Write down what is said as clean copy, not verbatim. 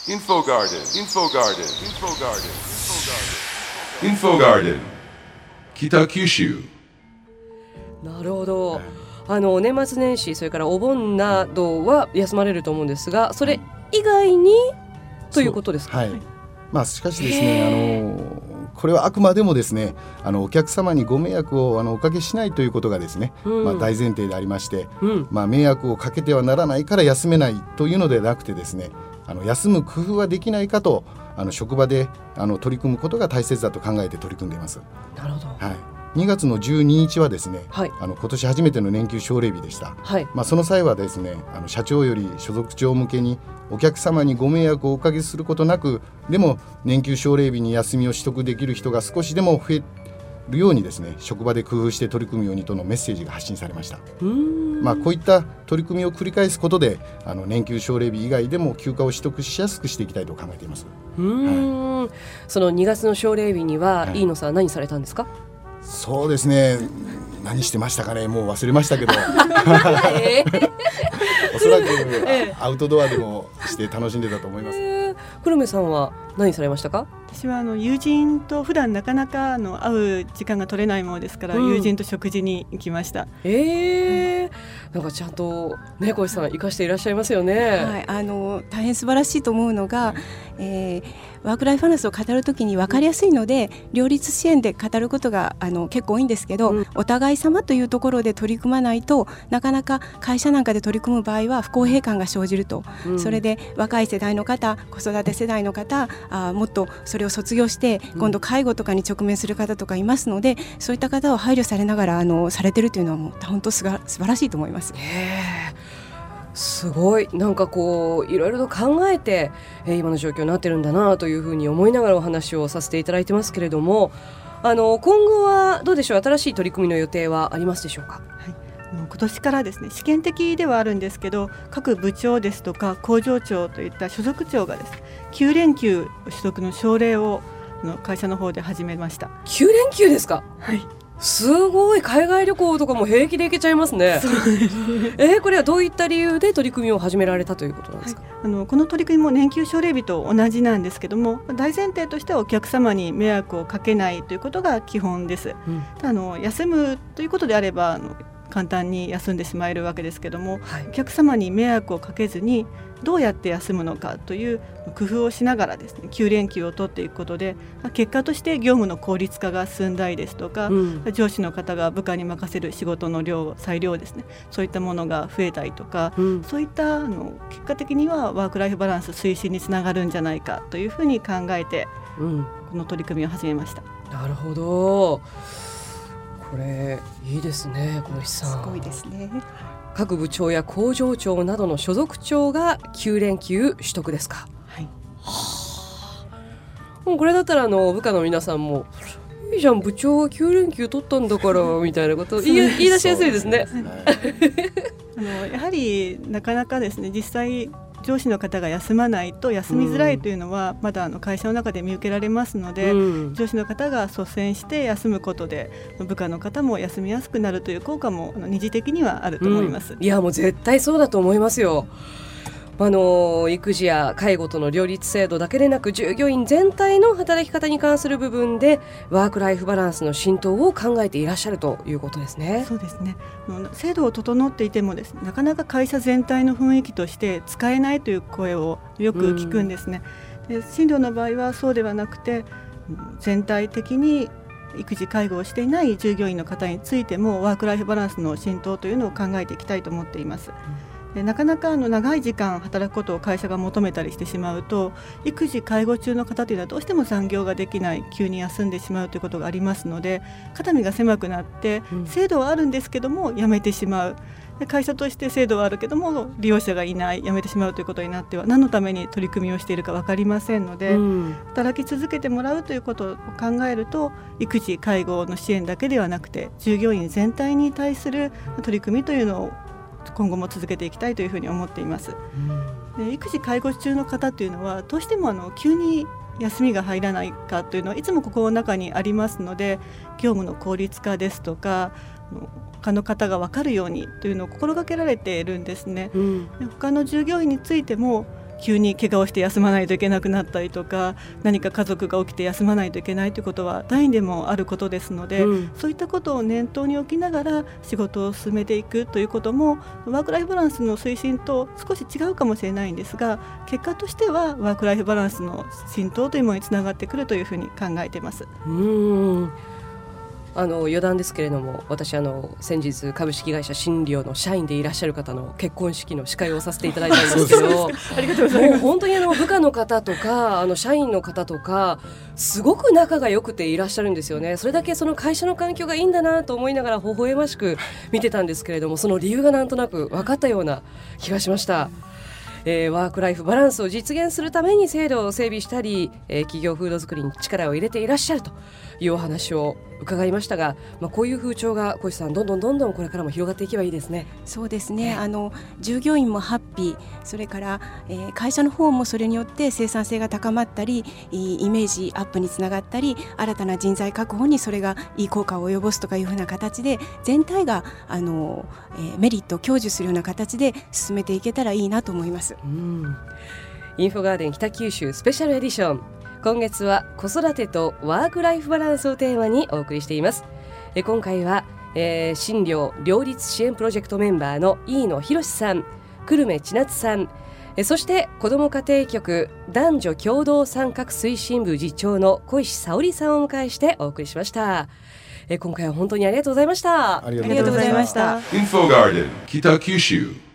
Infogarden北九州。 なるほど。年末年始それからお盆などは休まれると思うんですが、それ以外にということですか。 はい。しかしですね、これはあくまでもですね、お客様にご迷惑をおかけしないということがですね、大前提でありまして、迷惑をかけてはならないから休めないというのではなくてですね、休む工夫はできないかと職場で取り組むことが大切だと考えて取り組んでいます。 なるほど。 はい。2月の12日はですね、今年初めての年休奨励日でした。その際はですね、社長より所属長向けにお客様にご迷惑をおかけすることなく、でも年休奨励日に休みを取得できる人が少しでも増えるようにですね、職場で工夫して取り組むようにとのメッセージが発信されました。こういった取り組みを繰り返すことで年休奨励日以外でも休暇を取得しやすくしていきたいと考えています。 その2月の奨励日には、飯野さん何されたんですか。 そうですね、何してましたかね、もう忘れましたけどおそらくアウトドアでもして楽しんでたと思います。 黒目さんは何されましたか。 私は友人と普段なかなか会う時間が取れないものですから、友人と食事に行きました。 なんかちゃんとね、小石さん生かしていらっしゃいますよね。 大変素晴らしいと思うのが、ワークライフバランスを語るときに分かりやすいので両立支援で語ることが結構多いんですけど、お互い様というところで取り組まないとなかなか会社なんかで取り組む場合は不公平感が生じると、それで若い世代の方、子育て世代の方、もっとそれを卒業して今度介護とかに直面する方とかいますので、そういった方を配慮されながらされてるというのはもう本当素晴らしいと思います。 すごい、なんかこういろいろと考えて、今の状況になってるんだなというふうに思いながらお話をさせていただいてますけれども、今後はどうでしょう、新しい取り組みの予定はありますでしょうか。 今年からですね、試験的ではあるんですけど、各部長ですとか工場長といった所属長がですね、9連休取得の奨励を会社の方で始めました。 9連休ですか。 はい。 すごい、海外旅行とかも平気で行けちゃいますね。これはどういった理由で取り組みを始められたということなんですか。 この取り組みも年休奨励日と同じなんですけども、大前提としてはお客様に迷惑をかけないということが基本です。休むということであれば簡単に休んでしまえるわけですけども、お客様に迷惑をかけずにどうやって休むのかという工夫をしながらですね、9連休を取っていくことで、結果として業務の効率化が進んだりですとか、上司の方が部下に任せる仕事の裁量ですね、そういったものが増えたりとか、そういった結果的にはワークライフバランス推進につながるんじゃないかというふうに考えて、この取り組みを始めました。 なるほど、これいいですね。小石さん、 すごいですね。 各部長や工場長などの所属長が9連休取得ですか。もうこれだったら部下の皆さんもいいじゃん、部長が9連休取ったんだからみたいなことを言い出しやすいですね。 やはりなかなかですね、実際上司の方が休まないと休みづらいというのはまだ会社の中で見受けられますので、上司の方が率先して休むことで部下の方も休みやすくなるという効果も二次的にはあると思います。 いや、もう絶対そうだと思いますよ。育児や介護との両立制度だけでなく、従業員全体の働き方に関する部分でワークライフバランスの浸透を考えていらっしゃるということですね。 そうですね。制度を整っていてもですね、なかなか会社全体の雰囲気として使えないという声をよく聞くんですね。で、診療の場合はそうではなくて、全体的に育児介護をしていない従業員の方についてもワークライフバランスの浸透というのを考えていきたいと思っています。で、なかなか長い時間働くことを会社が求めたりしてしまうと、育児介護中の方というのはどうしても残業ができない、急に休んでしまうということがありますので、肩身が狭くなって制度はあるんですけども辞めてしまう、で会社として制度はあるけども利用者がいない、辞めてしまうということになっては何のために取り組みをしているか分かりませんので、働き続けてもらうということを考えると、育児介護の支援だけではなくて従業員全体に対する取り組みというのを今後も続けていきたいというふうに思っています。で、育児介護中の方というのはどうしても急に休みが入らないかというのはいつも心の中にありますので、業務の効率化ですとか他の方が分かるようにというのを心がけられているんですね。で、他の従業員についても急に怪我をして休まないといけなくなったりとか、何か家族が起きて休まないといけないということは誰にでもあることですので、そういったことを念頭に置きながら仕事を進めていくということもワークライフバランスの推進と少し違うかもしれないんですが、結果としてはワークライフバランスの浸透というものにつながってくるというふうに考えています。 余談ですけれども、私先日株式会社新寮の社員でいらっしゃる方の結婚式の司会をさせていただいたんですけどありがとうございます。 もう本当に部下の方とか社員の方とかすごく仲が良くていらっしゃるんですよね。それだけその会社の環境がいいんだなと思いながら微笑ましく見てたんですけれども、その理由がなんとなく分かったような気がしました。ワークライフバランスを実現するために制度を整備したり、企業風土作りに力を入れていらっしゃるというお話を伺いましたが、こういう風潮が小石さんどんどんこれからも広がっていけばいいですね。 そうですね、従業員もハッピー、それから、会社の方もそれによって生産性が高まったり、イメージアップにつながったり、新たな人材確保にそれがいい効果を及ぼすとかいうふうな形で全体がメリットを享受するような形で進めていけたらいいなと思います。 インフォガーデン北九州スペシャルエディション、今月は子育てとワークライフバランスをテーマにお送りしています。今回は、新寮両立支援プロジェクトメンバーの飯野博さん、久留米千夏さん、そして子ども家庭局男女共同参画推進部次長の小石沙織さんをお迎えしてお送りしました。今回は本当にありがとうございました。 ありがとうございました。 インフォガーデン北九州